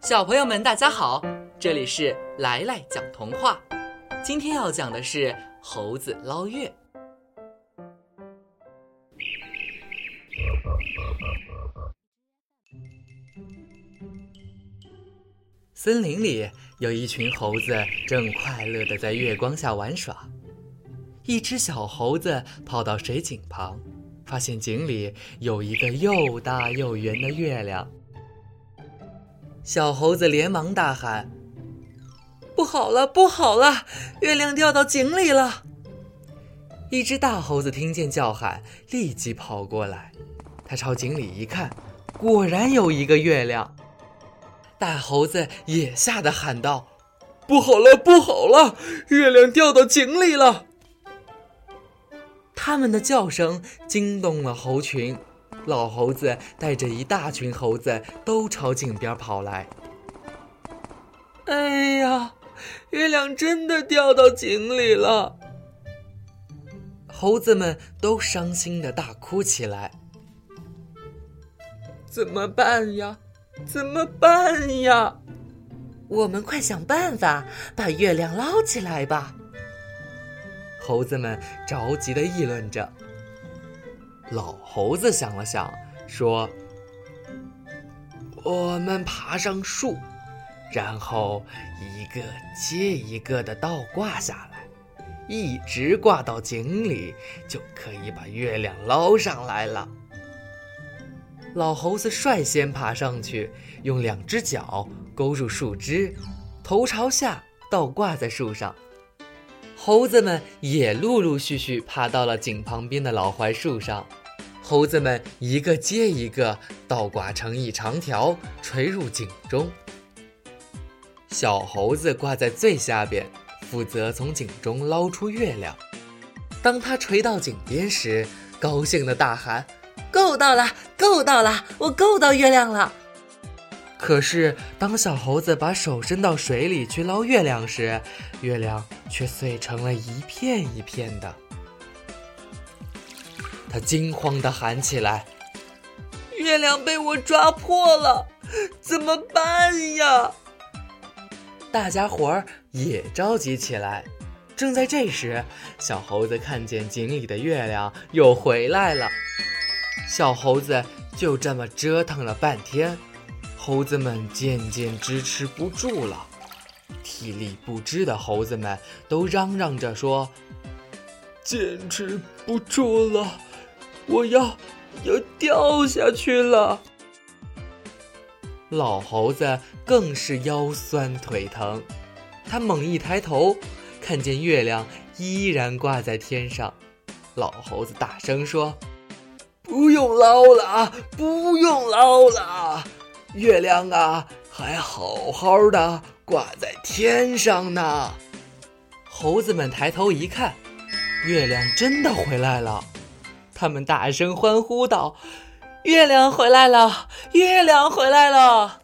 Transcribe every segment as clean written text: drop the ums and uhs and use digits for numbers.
小朋友们大家好，这里是来来讲童话。今天要讲的是猴子捞月。森林里有一群猴子正快乐地在月光下玩耍。一只小猴子跑到水井旁，发现井里有一个又大又圆的月亮。小猴子连忙大喊：不好了，不好了，月亮掉到井里了！一只大猴子听见叫喊，立即跑过来。他朝井里一看，果然有一个月亮。大猴子也吓得喊道：不好了，不好了，月亮掉到井里了！他们的叫声惊动了猴群，老猴子带着一大群猴子都朝井边跑来。哎呀，月亮真的掉到井里了！猴子们都伤心地大哭起来。怎么办呀？怎么办呀？ 我们快想办法把月亮捞起来吧！ 猴子们着急地议论着。老猴子想了想，说：我们爬上树，然后一个接一个地倒挂下来，一直挂到井里，就可以把月亮捞上来了。老猴子率先爬上去，用两只脚勾住树枝，头朝下倒挂在树上。猴子们也陆陆续续爬到了井旁边的老槐树上，猴子们一个接一个倒挂成一长条，垂入井中。小猴子挂在最下边，负责从井中捞出月亮。当他垂到井边时，高兴地大喊： 够到了，够到了，我够到月亮了！ 可是当小猴子把手伸到水里去捞月亮时，月亮却碎成了一片一片的。他惊慌地喊起来：月亮被我抓破了，怎么办呀？大家伙儿也着急起来。正在这时，小猴子看见井里的月亮又回来了。小猴子就这么折腾了半天，猴子们渐渐支持不住了。体力不支的猴子们都嚷嚷着说：坚持不住了，我要掉下去了。老猴子更是腰酸腿疼，他猛一抬头，看见月亮依然挂在天上。老猴子大声说：不用捞了，不用捞了，月亮啊，还好好的挂在天上呢。猴子们抬头一看，月亮真的回来了。他们大声欢呼道：月亮回来了，月亮回来了！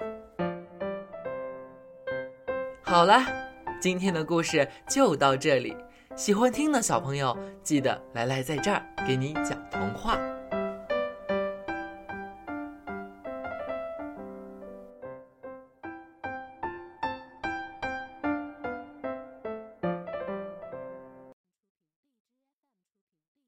好了，今天的故事就到这里。喜欢听的小朋友，记得来在这儿给你讲童话。